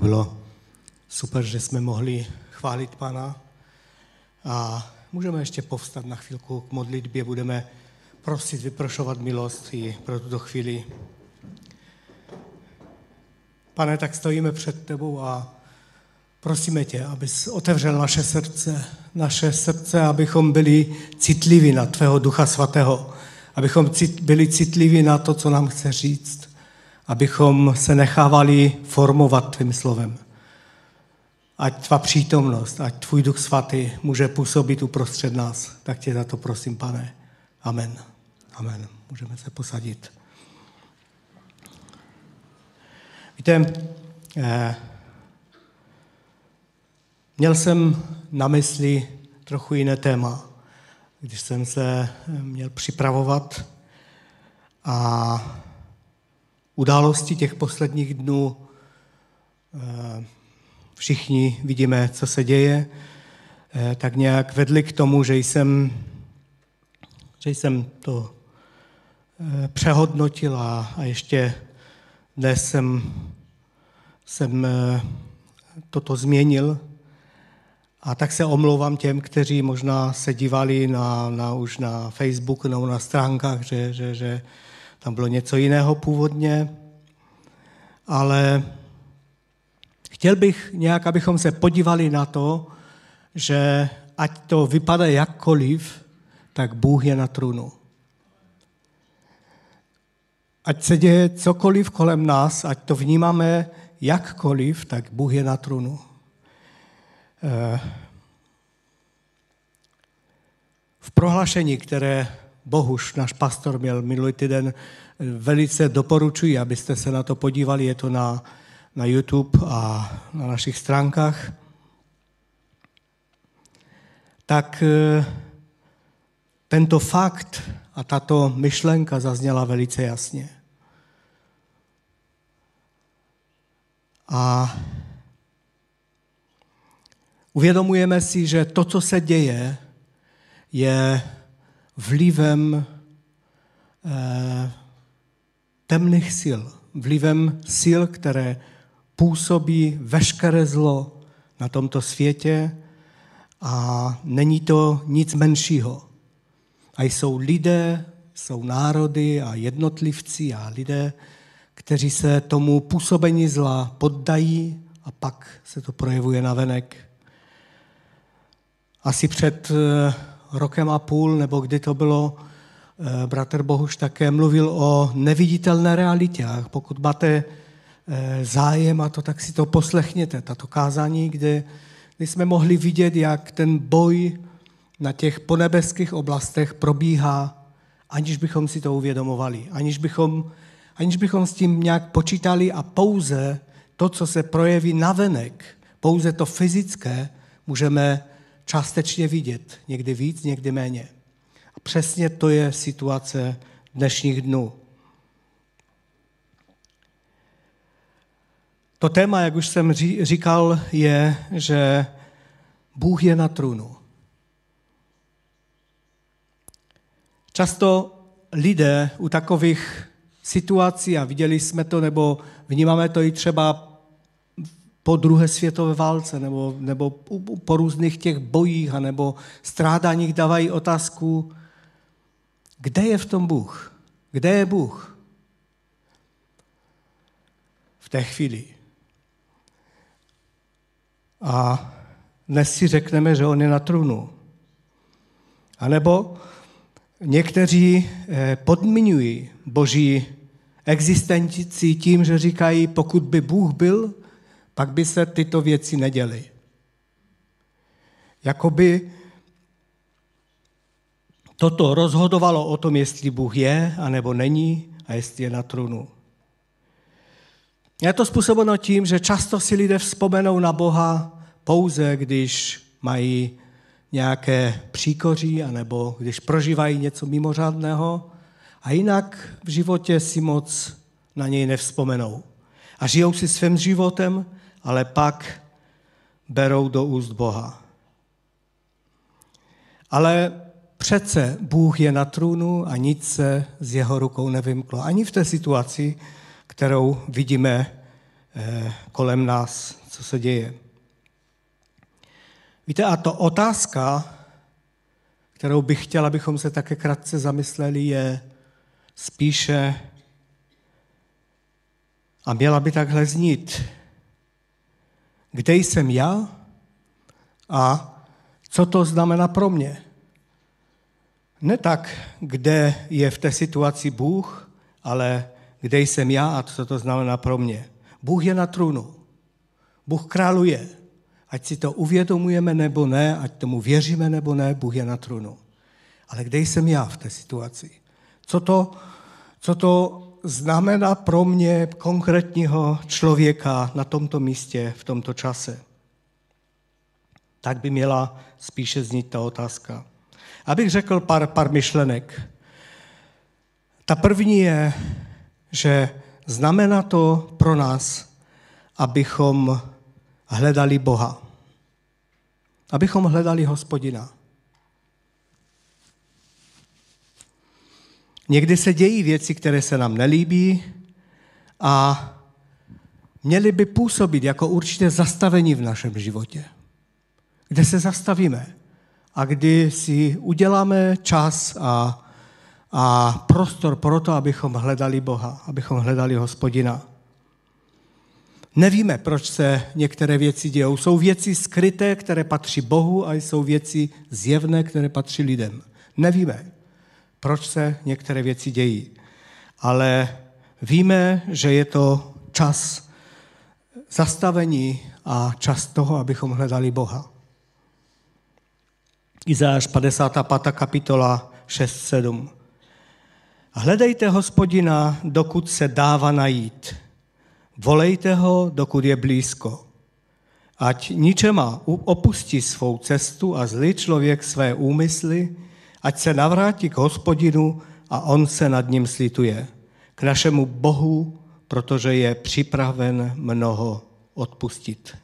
bylo super, že jsme mohli chválit Pana. A můžeme ještě povstat na chvilku k modlitbě, budeme prosit, vyprošovat milost i pro tuto chvíli. Pane, tak stojíme před tebou a prosíme tě, abys otevřel naše srdce, abychom byli citliví na tvého Ducha Svatého, abychom byli citliví na to, co nám chce říct, abychom se nechávali formovat tvým slovem. Ať tvá přítomnost, ať tvůj Duch Svatý může působit uprostřed nás. Tak tě za to prosím, Pane. Amen. Amen. Můžeme se posadit. Víte, měl jsem na mysli trochu jiné téma, když jsem se měl připravovat a události těch posledních dnů všichni vidíme, co se děje, tak nějak vedli k tomu, že jsem to přehodnotil a ještě dnes jsem toto změnil. A tak se omlouvám těm, kteří možná se dívali už na Facebooku nebo na stránkách, že tam bylo něco jiného původně, ale chtěl bych nějak, abychom se podívali na to, že ať to vypadá jakkoliv, tak Bůh je na trůnu. Ať se děje cokoliv kolem nás, ať to vnímáme jakkoliv, tak Bůh je na trůnu. V prohlášení, které Bohuš, náš pastor, měl minulý týden, velice doporučuji, abyste se na to podívali, je to na YouTube a na našich stránkách, tak tento fakt a tato myšlenka zazněla velice jasně. A uvědomujeme si, že to, co se děje, je vlivem temných sil, vlivem sil, které působí veškeré zlo na tomto světě a není to nic menšího. A jsou lidé, jsou národy a jednotlivci a lidé, kteří se tomu působení zla poddají a pak se to projevuje navenek. Asi před rokem a půl, nebo kdy to bylo, bratr Bohuš také mluvil o neviditelné realitě. A pokud máte zájem a to, tak si to poslechněte, tato kázání, kde jsme mohli vidět, jak ten boj na těch ponebeských oblastech probíhá, aniž bychom si to uvědomovali, aniž bychom s tím nějak počítali a pouze to, co se projeví navenek, pouze to fyzické, můžeme částečně vidět, někdy víc, někdy méně. A přesně to je situace dnešních dnů. To téma, jak už jsem říkal, je, že Bůh je na trůnu. Často lidé u takových situací, a viděli jsme to, nebo vnímáme to i třeba po druhé světové válce, nebo po různých těch bojích, nebo strádáních dávají otázku, kde je v tom Bůh? Kde je Bůh? V té chvíli. A dnes si řekneme, že on je na trůnu. A nebo někteří podmiňují Boží existenci tím, že říkají, pokud by Bůh byl, pak by se tyto věci neděly. Jakoby toto rozhodovalo o tom, jestli Bůh je, anebo není a jestli je na trůnu. Je to způsobeno tím, že často si lidé vzpomenou na Boha pouze, když mají nějaké příkoří, anebo když prožívají něco mimořádného a jinak v životě si moc na něj nevzpomenou. A žijou si svým životem, ale pak berou do úst Boha. Ale přece Bůh je na trůnu a nic se z jeho rukou nevymklo. Ani v té situaci, kterou vidíme kolem nás, co se děje. Víte, a to otázka, kterou bych chtěl, abychom se také krátce zamysleli, je spíše a měla by takhle znít. Kde jsem já a co to znamená pro mě? Ne tak, kde je v té situaci Bůh, ale kde jsem já a co to znamená pro mě. Bůh je na trůnu. Bůh králuje. Ať si to uvědomujeme nebo ne, ať tomu věříme nebo ne, Bůh je na trůnu. Ale kde jsem já v té situaci? Co to znamená pro mě konkrétního člověka na tomto místě, v tomto čase? Tak by měla spíše znít ta otázka. Abych řekl pár myšlenek. Ta první je, že znamená to pro nás, abychom hledali Boha. Abychom hledali Hospodina. Někdy se dějí věci, které se nám nelíbí a měly by působit jako určité zastavení v našem životě. Kde se zastavíme a kdy si uděláme čas a prostor pro to, abychom hledali Boha, abychom hledali Hospodina. Nevíme, proč se některé věci dějou. Jsou věci skryté, které patří Bohu, a jsou věci zjevné, které patří lidem. Nevíme, proč se některé věci dějí. Ale víme, že je to čas zastavení a čas toho, abychom hledali Boha. Izajáš 55. kapitola 6-7. Hledejte Hospodina, dokud se dává najít. Volejte ho, dokud je blízko. Ať ničema opustí svou cestu a zlý člověk své úmysly, ať se navrátí k Hospodinu a on se nad ním slituje. K našemu Bohu, protože je připraven mnoho odpustit.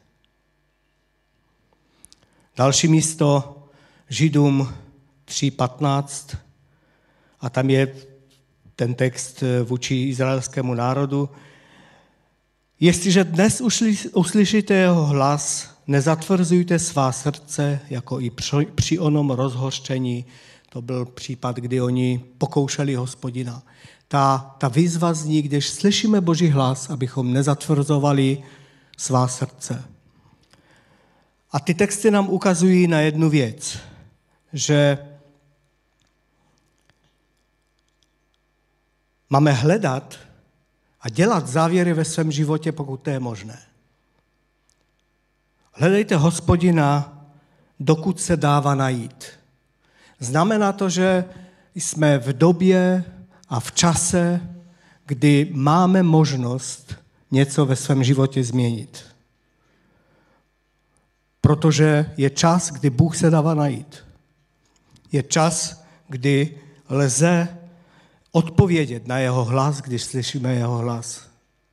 Další místo, Židům 3.15, a tam je ten text vůči izraelskému národu. Jestliže dnes uslyšíte jeho hlas, nezatvrzujte svá srdce, jako i při onom rozhořčení. To byl případ, kdy oni pokoušeli Hospodina. Ta výzva zní, když slyšíme Boží hlas, abychom nezatvrzovali svá srdce. A ty texty nám ukazují na jednu věc, že máme hledat a dělat závěry ve svém životě, pokud to je možné. Hledejte Hospodina, dokud se dává najít. Znamená to, že jsme v době a v čase, kdy máme možnost něco ve svém životě změnit. Protože je čas, kdy Bůh se dává najít. Je čas, kdy lze odpovědět na jeho hlas, když slyšíme jeho hlas.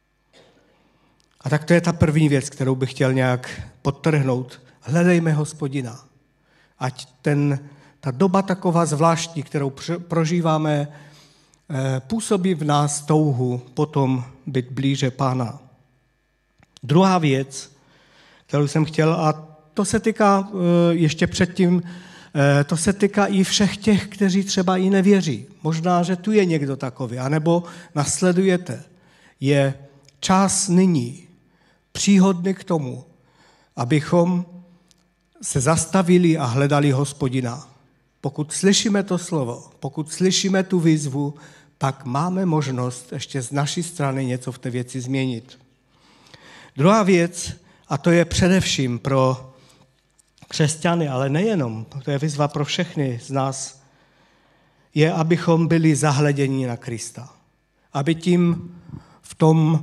A tak to je ta první věc, kterou bych chtěl nějak podtrhnout. Hledejme Hospodina. Ať ta doba taková zvláštní, kterou prožíváme, působí v nás touhu potom být blíže Pána. Druhá věc, kterou jsem chtěl, a to se týká ještě předtím, to se týká i všech těch, kteří třeba i nevěří. Možná, že tu je někdo takový, anebo nasledujete. Je čas nyní příhodný k tomu, abychom se zastavili a hledali Hospodina. Pokud slyšíme to slovo, pokud slyšíme tu výzvu, pak máme možnost ještě z naší strany něco v té věci změnit. Druhá věc, a to je především pro křesťany, ale nejenom, to je výzva pro všechny z nás, je, abychom byli zahleděni na Krista. Aby tím v tom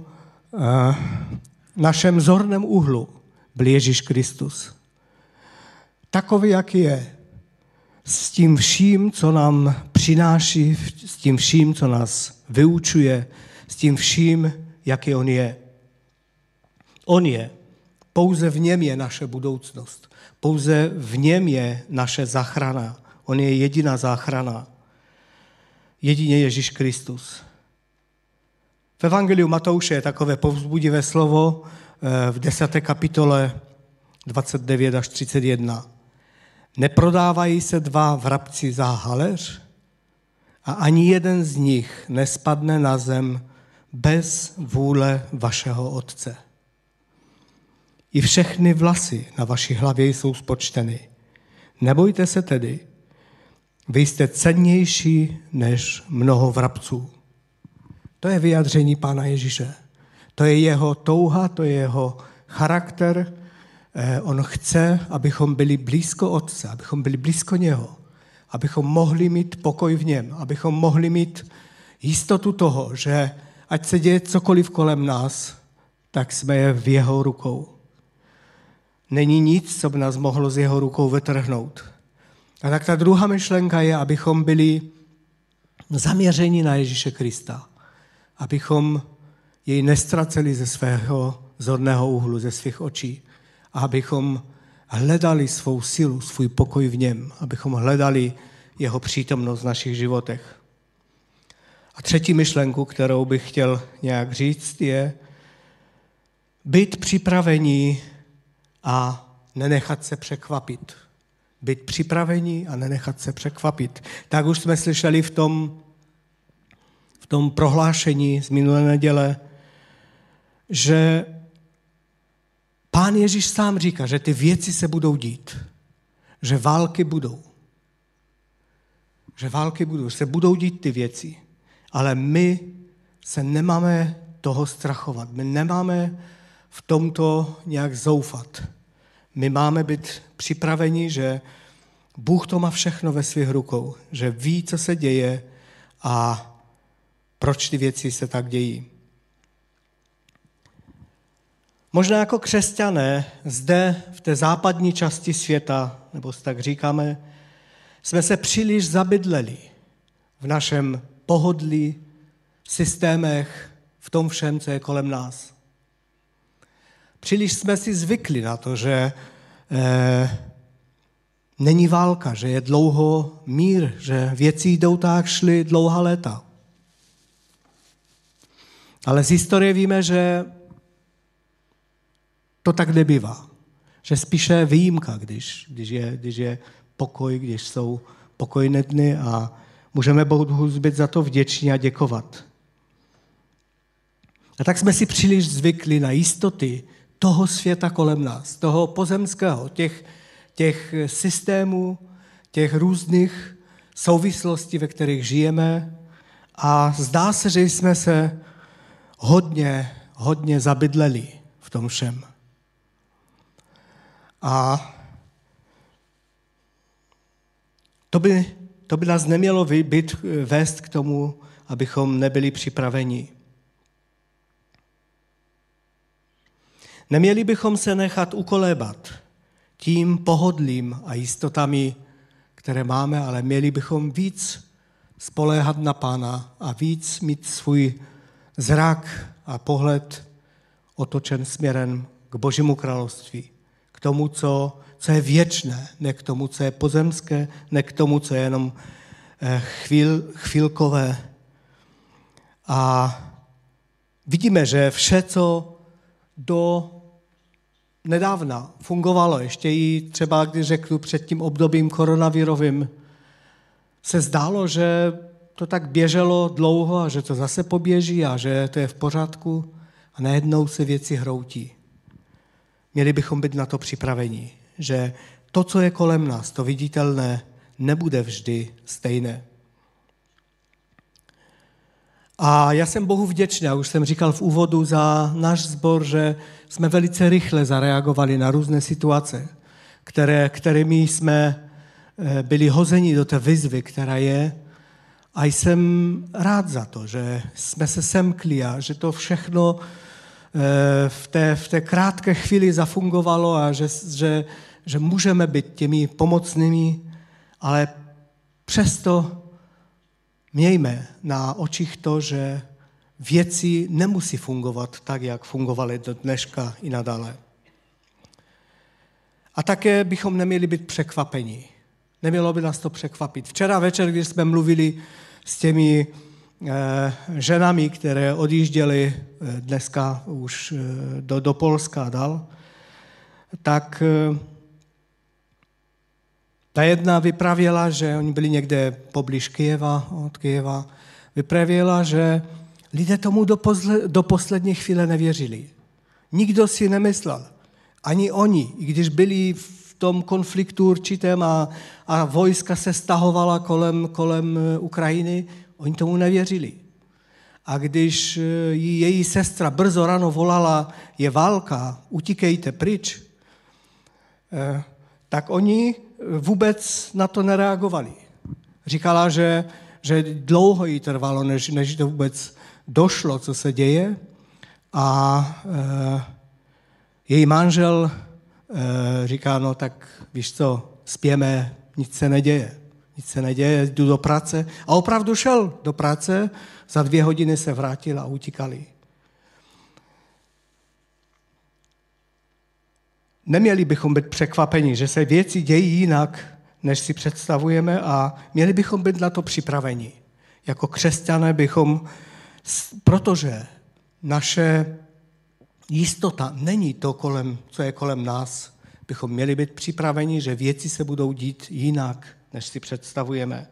našem zorném úhlu byl Ježíš Kristus. Takový, jaký je. S tím vším, co nám přináší, s tím vším, co nás vyučuje, s tím vším, jaký on je. On je. Pouze v něm je naše budoucnost. Pouze v něm je naše záchrana. On je jediná záchrana. Jedině Ježíš Kristus. V Evangeliu Matouše je takové povzbudivé slovo v 10. kapitole 29 až 31. Neprodávají se 2 vrabci za haléř a ani jeden z nich nespadne na zem bez vůle vašeho Otce. I všechny vlasy na vaší hlavě jsou spočteny. Nebojte se tedy, vy jste cennější než mnoho vrabců. To je vyjádření Pána Ježíše. To je jeho touha, to je jeho charakter. On chce, abychom byli blízko Otce, abychom byli blízko něho, abychom mohli mít pokoj v něm, abychom mohli mít jistotu toho, že ať se děje cokoliv kolem nás, tak jsme v jeho rukou. Není nic, co by nás mohlo z jeho rukou vytrhnout. A tak ta druhá myšlenka je, abychom byli zaměřeni na Ježíše Krista. Abychom jej nestraceli ze svého zorného úhlu, ze svých očí. A abychom hledali svou sílu, svůj pokoj v něm. Abychom hledali jeho přítomnost v našich životech. A třetí myšlenku, kterou bych chtěl nějak říct, je být připraveni a nenechat se překvapit. Být připraveni a nenechat se překvapit. Tak už jsme slyšeli v tom prohlášení z minulé neděle, že Pán Ježíš sám říká, že ty věci se budou dít. Že války budou. Že se budou dít ty věci. Ale my se nemáme toho strachovat. My nemáme v tomto nějak zoufat. My máme být připraveni, že Bůh to má všechno ve svých rukou, že ví, co se děje a proč ty věci se tak dějí. Možná jako křesťané zde v té západní části světa, nebo si tak říkáme, jsme se příliš zabydleli v našem pohodlí, systémech, v tom všem, co je kolem nás. Příliš jsme si zvykli na to, že není válka, že je dlouho mír, že věci jdou tak, šly dlouhá léta. Ale z historie víme, že to tak nebývá. Že spíše výjimka, když je pokoj, když jsou pokojné dny a můžeme Bohu být za to vděční a děkovat. A tak jsme si příliš zvykli na jistoty toho světa kolem nás, toho pozemského, těch systémů, těch různých souvislostí, ve kterých žijeme. A zdá se, že jsme se hodně zabydleli v tom všem. A to by nás nemělo vést k tomu, abychom nebyli připraveni. Neměli bychom se nechat ukolébat tím pohodlím a jistotami, které máme, ale měli bychom víc spoléhat na Pána a víc mít svůj zrak a pohled otočen směrem k Božímu království, k tomu, co je věčné, ne k tomu, co je pozemské, ne k tomu, co je jenom chvílkové. A vidíme, že vše, co do nedávna fungovalo, ještě i třeba, když řeknu před tím obdobím koronavirovým, se zdálo, že to tak běželo dlouho a že to zase poběží a že to je v pořádku a najednou se věci hroutí. Měli bychom být na to připraveni, že to, co je kolem nás, to viditelné, nebude vždy stejné. A já jsem Bohu vděčný, už jsem říkal v úvodu za náš sbor, že jsme velice rychle zareagovali na různé situace, kterými jsme byli hozeni do té výzvy, která je. A jsem rád za to, že jsme se semkli a že to všechno v té krátké chvíli zafungovalo a že můžeme být těmi pomocnými, ale přesto mějme na očích to, že věci nemusí fungovat tak, jak fungovaly do dneška i nadále. A také bychom neměli být překvapeni. Nemělo by nás to překvapit. Včera večer, když jsme mluvili s těmi ženami, které odjížděly dneska už do Polska a dál, tak ta jedna vyprávěla, že oni byli někde poblíž Kyjeva, od Kyjeva, vyprávěla, že lidé tomu do poslední chvíle nevěřili. Nikdo si nemyslel, ani oni, i když byli v tom konfliktu určitém a vojska se stahovala kolem Ukrajiny, oni tomu nevěřili. A když její sestra brzo ráno volala, je válka, utíkejte pryč, tak oni vůbec na to nereagovali. Říkala, že dlouho jí trvalo, než to vůbec došlo, co se děje. A její manžel říká, no tak víš co, spěme, nic se neděje, jdu do práce. A opravdu šel do práce, za 2 hodiny se vrátil a utíkali. Neměli bychom být překvapeni, že se věci dějí jinak, než si představujeme, a měli bychom být na to připraveni. Jako křesťané bychom, protože naše jistota není to, co je kolem nás, bychom měli být připraveni, že věci se budou dít jinak, než si představujeme.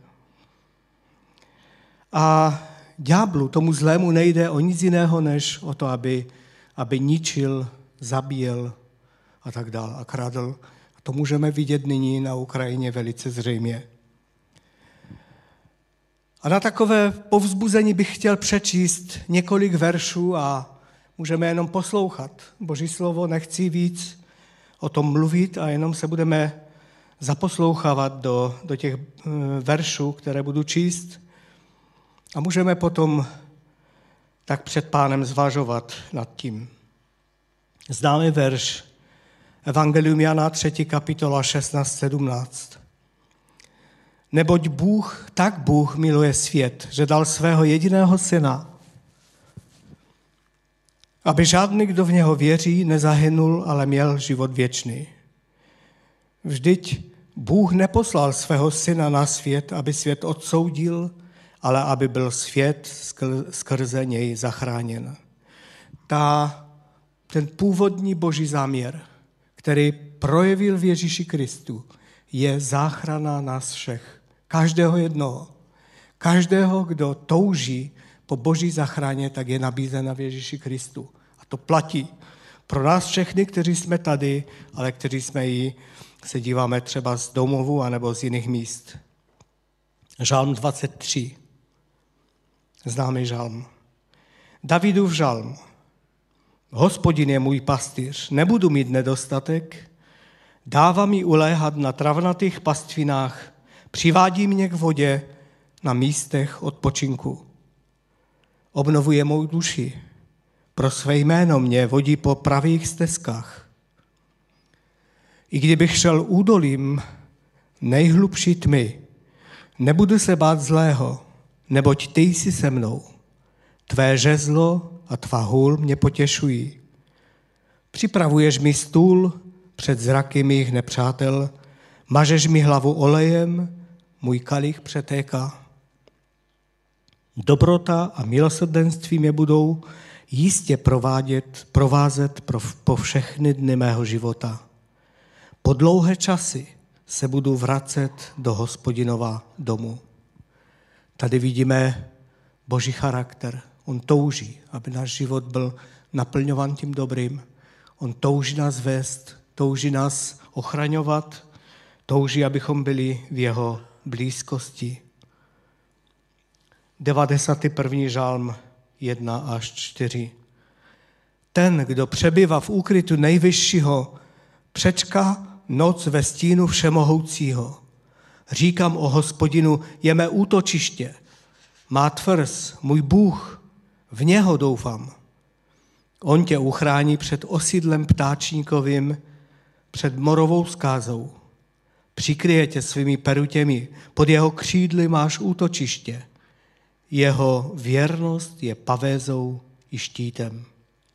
A ďáblu, tomu zlému, nejde o nic jiného, než o to, aby ničil, zabíjel a tak dál a kradl. A to můžeme vidět nyní na Ukrajině velice zřejmě. A na takové povzbuzení bych chtěl přečíst několik veršů a můžeme jenom poslouchat Boží slovo, nechci víc o tom mluvit a jenom se budeme zaposlouchávat do těch veršů, které budu číst, a můžeme potom tak před Pánem zvažovat nad tím. Známe verš Evangelium Jana 3. kapitola 16-17. Neboť Bůh miluje svět, že dal svého jediného syna, aby žádný, kdo v něho věří, nezahynul, ale měl život věčný. Vždyť Bůh neposlal svého syna na svět, aby svět odsoudil, ale aby byl svět skrze něj zachráněn. Ten původní Boží záměr, který projevil v Ježíši Kristu, je záchrana nás všech. Každého jednoho. Každého, kdo touží po Boží záchraně, tak je nabízena v Ježíši Kristu. A to platí pro nás všechny, kteří jsme tady, ale kteří se díváme třeba z domovu anebo z jiných míst. Žalm 23. Známý žalm. Davidův žalm. Hospodin je můj pastýř, nebudu mít nedostatek, dává mi uléhat na travnatých pastvinách, přivádí mě k vodě na místech odpočinku. Obnovuje mou duši, pro své jméno mě vodí po pravých stezkách. I kdybych šel údolím nejhlubší tmy, nebudu se bát zlého, neboť ty jsi se mnou. Tvé žezlo a tvá hůl mě potěšují. Připravuješ mi stůl před zraky mých nepřátel, mažeš mi hlavu olejem, můj kalich přetéká. Dobrota a milosrdenství mě budou jistě provázet po všechny dny mého života. Po dlouhé časy se budu vracet do Hospodinova domu. Tady vidíme Boží charakter. On touží, aby náš život byl naplňován tím dobrým. On touží nás vést, touží nás ochraňovat, touží, abychom byli v jeho blízkosti. 91. žalm 1 až 4. Ten, kdo přebývá v úkrytu nejvyššího, přečká noc ve stínu všemohoucího. Říkám o Hospodinu, je mé útočiště, má tvrz, můj Bůh, v něho doufám. On tě uchrání před osídlem ptáčníkovým, před morovou skázou. Přikryje tě svými perutěmi, pod jeho křídly máš útočiště. Jeho věrnost je pavézou i štítem.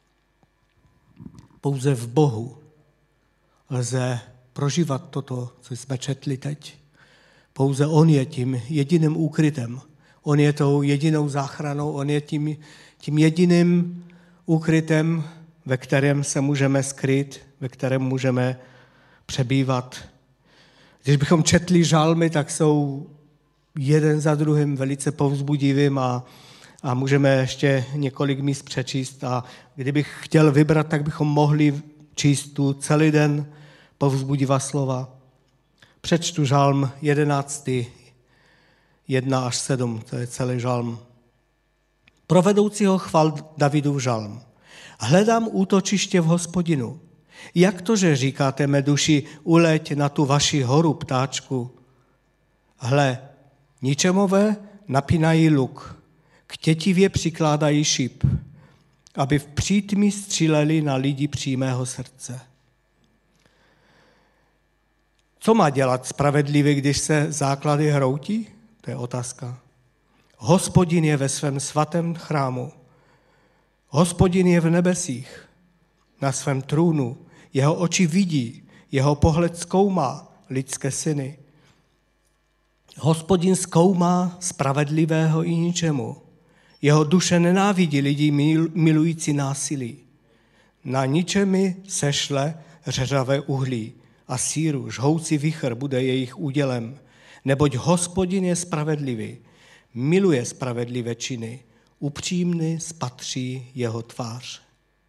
Pouze v Bohu lze prožívat toto, co jsme četli teď. Pouze on je tím jediným úkrytem. On je tou jedinou záchranou, on je tím jediným úkrytem, ve kterém se můžeme skrýt, ve kterém můžeme přebývat. Když bychom četli žalmy, tak jsou jeden za druhým velice povzbudivým a můžeme ještě několik míst přečíst. A kdybych chtěl vybrat, tak bychom mohli číst tu celý den povzbudivá slova. Přečtu žalm 11, 1 až 7, to je celý žalm. Pro vedoucího chval Davidův žalm. Hledám útočiště v Hospodinu. Jak to, že říkáte mé duši, uleď na tu vaši horu, ptáčku? Hle, ničemové napínají luk, k tětivě přikládají šip, aby v přítmí stříleli na lidi přímého srdce. Co má dělat spravedlivý, když se základy hroutí? To je otázka. Hospodin je ve svém svatém chrámu. Hospodin je v nebesích, na svém trůnu. Jeho oči vidí, jeho pohled zkoumá lidské syny. Hospodin zkoumá spravedlivého i ničemu. Jeho duše nenávidí lidi milující násilí. Na ničemi sešle řeřavé uhlí a síru, žhoucí vichr bude jejich údělem. Neboť Hospodin je spravedlivý, miluje spravedlivé činy, upřímný spatří jeho tvář.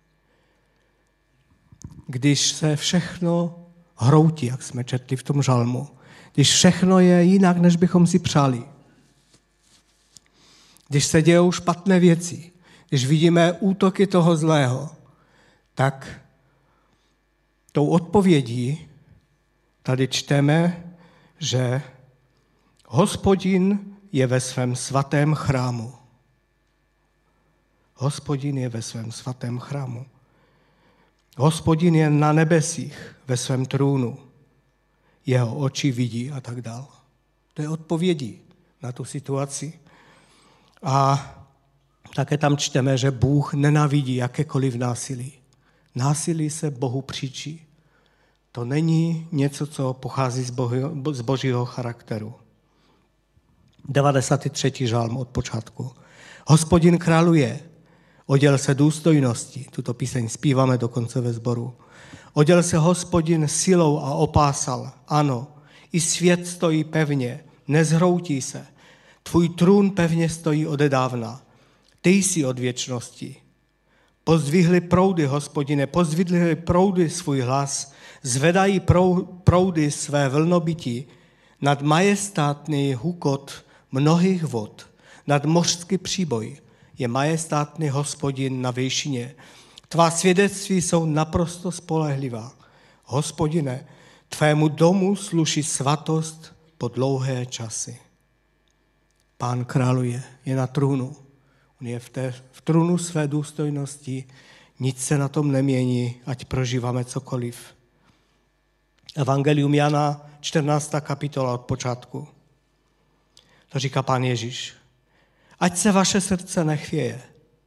Když se všechno hroutí, jak jsme četli v tom žalmu, když všechno je jinak, než bychom si přáli, když se dějou špatné věci, když vidíme útoky toho zlého, tak tou odpovědí tady čteme, že Hospodin je ve svém svatém chrámu. Hospodin je ve svém svatém chrámu. Hospodin je na nebesích ve svém trůnu. Jeho oči vidí a tak dál. To je odpovědí na tu situaci. A také tam čteme, že Bůh nenávidí jakékoliv násilí. Násilí se Bohu příčí. To není něco, co pochází z božího charakteru. 93. žalm od počátku. Hospodin králuje, oděl se důstojnosti. Tuto píseň zpíváme dokonce ve sboru. Oděl se Hospodin silou a opásal. Ano, i svět stojí pevně, nezhroutí se. Tvůj trůn pevně stojí odedávna. Ty jsi od věčnosti. Pozdvihli proudy, Hospodine, pozdvihli proudy svůj hlas, zvedají proudy své vlnobytí nad majestátný hukot mnohých vod, nad mořský příboj je majestátný Hospodin na výšině. Tvá svědectví jsou naprosto spolehlivá. Hospodine, tvému domu sluší svatost po dlouhé časy. Pán králuje, je na trůnu. On je v trůnu své důstojnosti, nic se na tom nemění, ať prožíváme cokoliv. Evangelium Jana, 14. kapitola od počátku. To říká Pán Ježíš. Ať se vaše srdce nechvěje.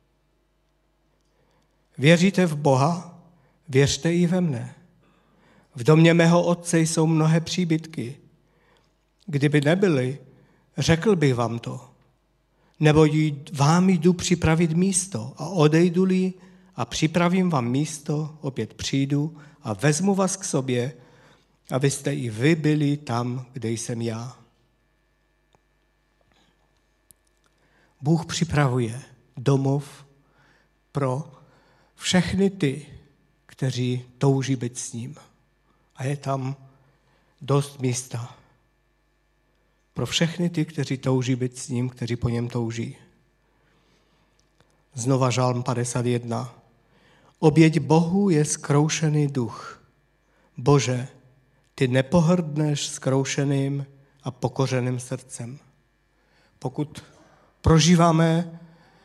Věříte v Boha? Věřte i ve mne. V domě mého otce jsou mnohé příbytky. Kdyby nebyly, řekl bych vám to. Nebo vám jdu připravit místo a odejdu-li a připravím vám místo, opět přijdu a vezmu vás k sobě, abyste i vy byli tam, kde jsem já. Bůh připravuje domov pro všechny ty, kteří touží být s ním. A je tam dost místa pro všechny ty, kteří touží být s ním, kteří po něm touží. Znova žalm 51. Oběť Bohu je zkroušený duch. Bože, ty nepohrdneš zkroušeným a pokořeným srdcem. Pokud prožíváme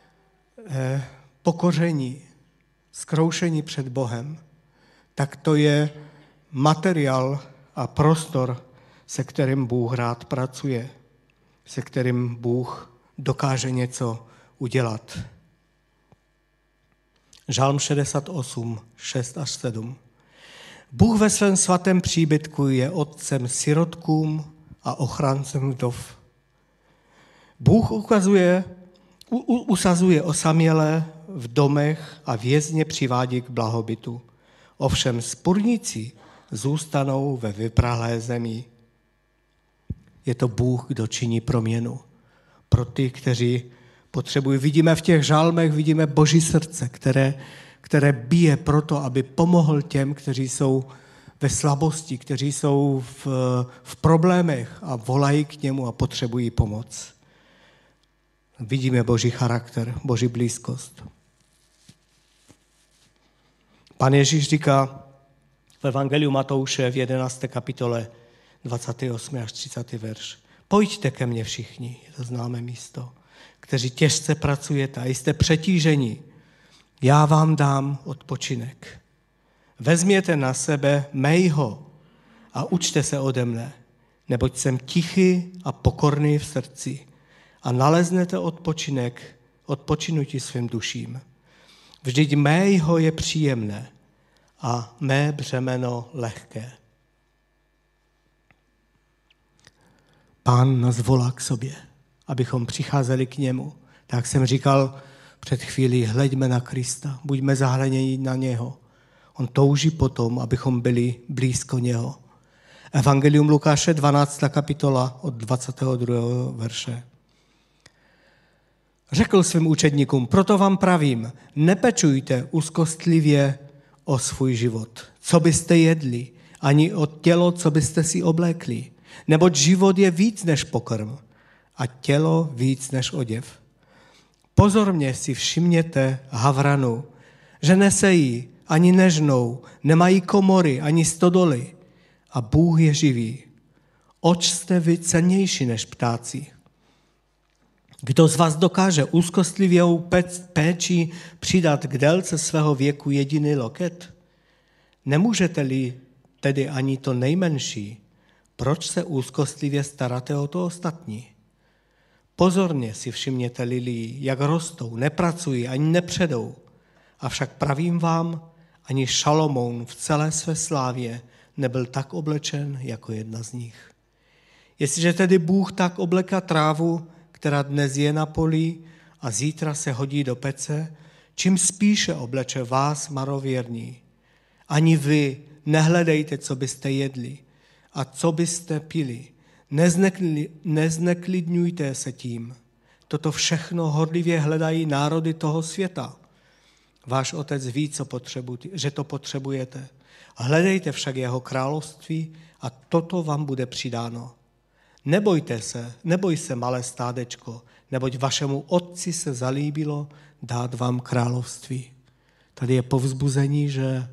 pokoření, zkroušení před Bohem, tak to je materiál a prostor, se kterým Bůh rád pracuje, se kterým Bůh dokáže něco udělat. Žalm 68, 6 až 7. Bůh ve svém svatém příbytku je otcem sirotkům a ochráncem vdov. Bůh usazuje osamělé v domech a vězně přivádí k blahobytu. Ovšem spurníci zůstanou ve vyprahlé zemi. Je to Bůh, kdo činí proměnu. Pro ty, kteří potřebují. Vidíme v těch žalmech, vidíme Boží srdce, které bije proto, aby pomohl těm, kteří jsou ve slabosti, kteří jsou v problémech a volají k němu a potřebují pomoc. Vidíme Boží charakter, Boží blízkost. Pan Ježíš říká v Evangeliu Matouše v 11. kapitole 28. až 30. verš. Pojďte ke mně všichni, je to známé místo, kteří těžce pracujete a jste přetíženi. Já vám dám odpočinek. Vezměte na sebe mého a učte se ode mne, neboť jsem tichý a pokorný v srdci a naleznete odpočinutí svým duším. Vždyť mého je příjemné a mé břemeno lehké. Pán nás volá k sobě, abychom přicházeli k němu. Tak jsem říkal před chvílí, hleďme na Krista, buďme zahleděni na něho. On touží potom, abychom byli blízko něho. Evangelium Lukáše, 12. kapitola od 22. verše. Řekl svým učedníkům, proto vám pravím, nepečujte úzkostlivě o svůj život, co byste jedli, ani o tělo, co byste si oblékli. Neboť život je víc než pokrm a tělo víc než oděv. Pozorně si všimněte havranu, že nesejí, ani nežnou, nemají komory, ani stodoly a Bůh je živý. Oč jste vy cennější než ptáci? Kdo z vás dokáže úzkostlivějou péči přidat k délce svého věku jediný loket? Nemůžete-li tedy ani to nejmenší, proč se úzkostlivě staráte o to ostatní? Pozorně si všimněte lilí, jak rostou, nepracují ani nepředou. Avšak pravím vám, ani Šalomoun v celé své slávě nebyl tak oblečen jako jedna z nich. Jestliže tedy Bůh tak obleká trávu, která dnes je na poli a zítra se hodí do pece, čím spíše obleče vás, marověrní. Ani vy nehledejte, co byste jedli a co byste pili. Nezneklidňujte se tím. Toto všechno horlivě hledají národy toho světa. Váš otec ví, že to potřebujete. Hledejte však jeho království a toto vám bude přidáno. Neboj se, malé stádečko, neboť vašemu otci se zalíbilo dát vám království. Tady je povzbuzení, že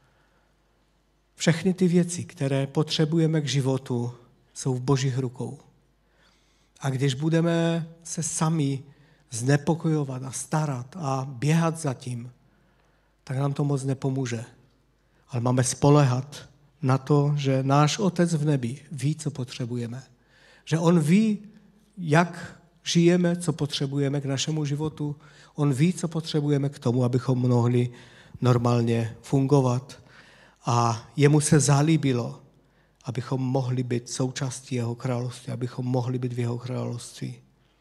všechny ty věci, které potřebujeme k životu, jsou v Božích rukou. A když budeme se sami znepokojovat a starat a běhat za tím, tak nám to moc nepomůže. Ale máme spoléhat na to, že náš Otec v nebi ví, co potřebujeme. Že on ví, jak žijeme, co potřebujeme k našemu životu. On ví, co potřebujeme k tomu, abychom mohli normálně fungovat. A jemu se zalíbilo, abychom mohli být součástí jeho království, abychom mohli být v jeho království.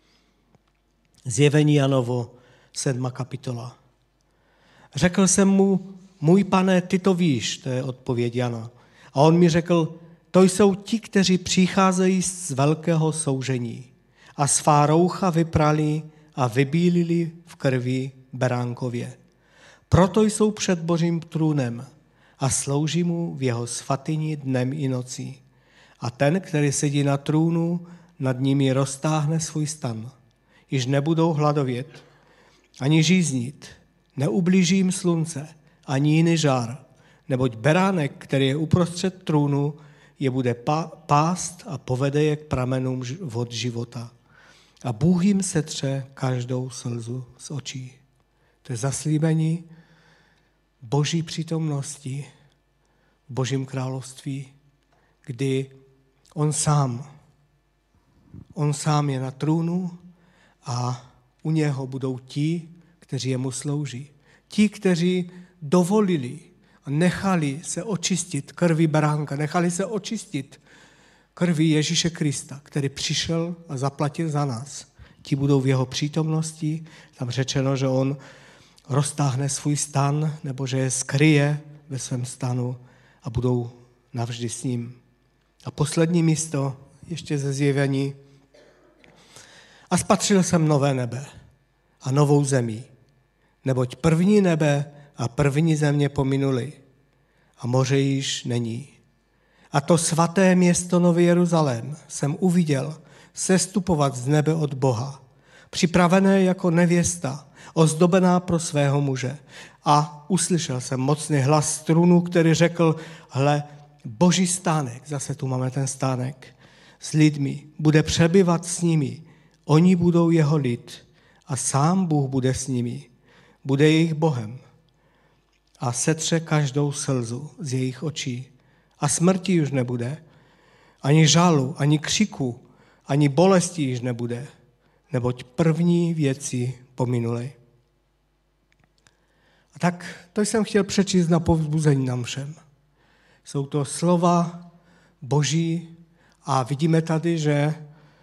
Zjevení Janovo, 7. kapitola. Řekl jsem mu, můj pane, ty to víš, to je odpověď Jana. A on mi řekl, to jsou ti, kteří přicházejí z velkého soužení a svá roucha vyprali a vybílili v krvi beránkově. Proto jsou před Božím trůnem a slouží mu v jeho svatyni dnem i nocí. A ten, který sedí na trůnu, nad nimi roztáhne svůj stan. Již nebudou hladovět, ani žíznit, neublíží jim slunce, ani jiný žár, neboť beránek, který je uprostřed trůnu, je bude pást a povede je k pramenům vod života. A Bůh jim setře každou slzu z očí. To je zaslíbení Boží přítomnosti v Božím království, kdy on sám je na trůnu a u něho budou ti, kteří jemu slouží. Ti, kteří dovolili a nechali se očistit krví beránka, nechali se očistit krví Ježíše Krista, který přišel a zaplatil za nás. ti budou v jeho přítomnosti. Tam řečeno, že on roztáhne svůj stan, nebo že je skryje ve svém stanu a budou navždy s ním. A poslední místo, ještě ze Zjevení. A spatřil jsem nové nebe a novou zemi, neboť první nebe a první země pominuly a moře již není. A to svaté město Nový Jeruzalém jsem uviděl sestupovat z nebe od Boha, připravené jako nevěsta, ozdobená pro svého muže. A uslyšel jsem mocný hlas z trůnu, který řekl, hle, Boží stánek, zase tu máme ten stánek, s lidmi, bude přebyvat s nimi. Oni budou jeho lid a sám Bůh bude s nimi. Bude jejich Bohem a setře každou slzu z jejich očí. A smrti už nebude, ani žalu, ani křiku, ani bolesti již nebude, neboť první věci pominuly. A tak to jsem chtěl přečíst na povzbuzení nám všem. Jsou to slova Boží a vidíme tady, že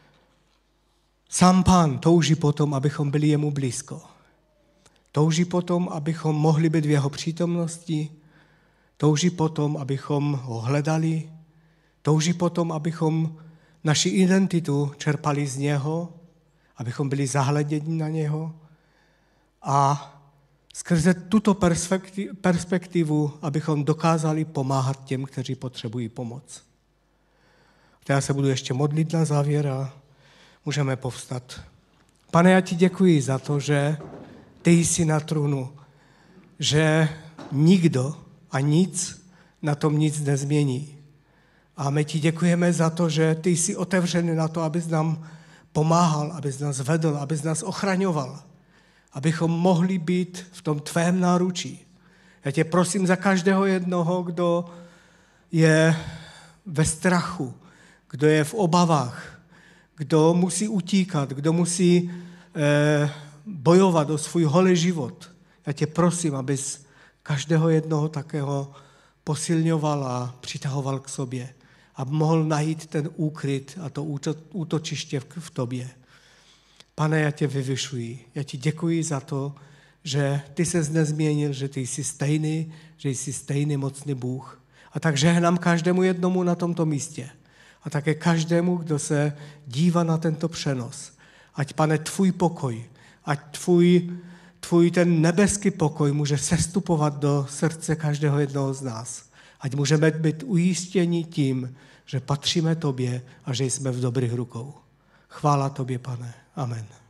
sám Pán touží potom, abychom byli jemu blízko. Touží potom, abychom mohli být v jeho přítomnosti, touží potom, abychom ho hledali, touží potom, abychom naši identitu čerpali z něho, abychom byli zahleděni na něho a skrze tuto perspektivu, abychom dokázali pomáhat těm, kteří potřebují pomoc. Já se budu ještě modlit na závěr a můžeme povstat. Pane, já ti děkuji za to, že ty jsi na trůnu, že nikdo a nic na tom nic nezmění. A my ti děkujeme za to, že ty jsi otevřený na to, abys nám pomáhal, abys nás vedl, abys nás ochraňoval, abychom mohli být v tom tvém náručí. Já tě prosím za každého jednoho, kdo je ve strachu, kdo je v obavách, kdo musí utíkat, kdo musí bojovat o svůj holý život. Já tě prosím, abys každého jednoho takého posilňoval a přitahoval k sobě, aby mohl najít ten úkryt a to útočiště v tobě. Pane, já tě vyvyšuji. Já ti děkuji za to, že ty ses nezměnil, že ty jsi stejný, že jsi stejný mocný Bůh. A tak žehnám každému jednomu na tomto místě. A také každému, kdo se dívá na tento přenos. Ať, Pane, tvůj pokoj, ať tvůj ten nebeský pokoj může sestupovat do srdce každého jednoho z nás. Ať můžeme být ujistěni tím, že patříme tobě a že jsme v dobrých rukou. Chvála tobě, Pane. Amen.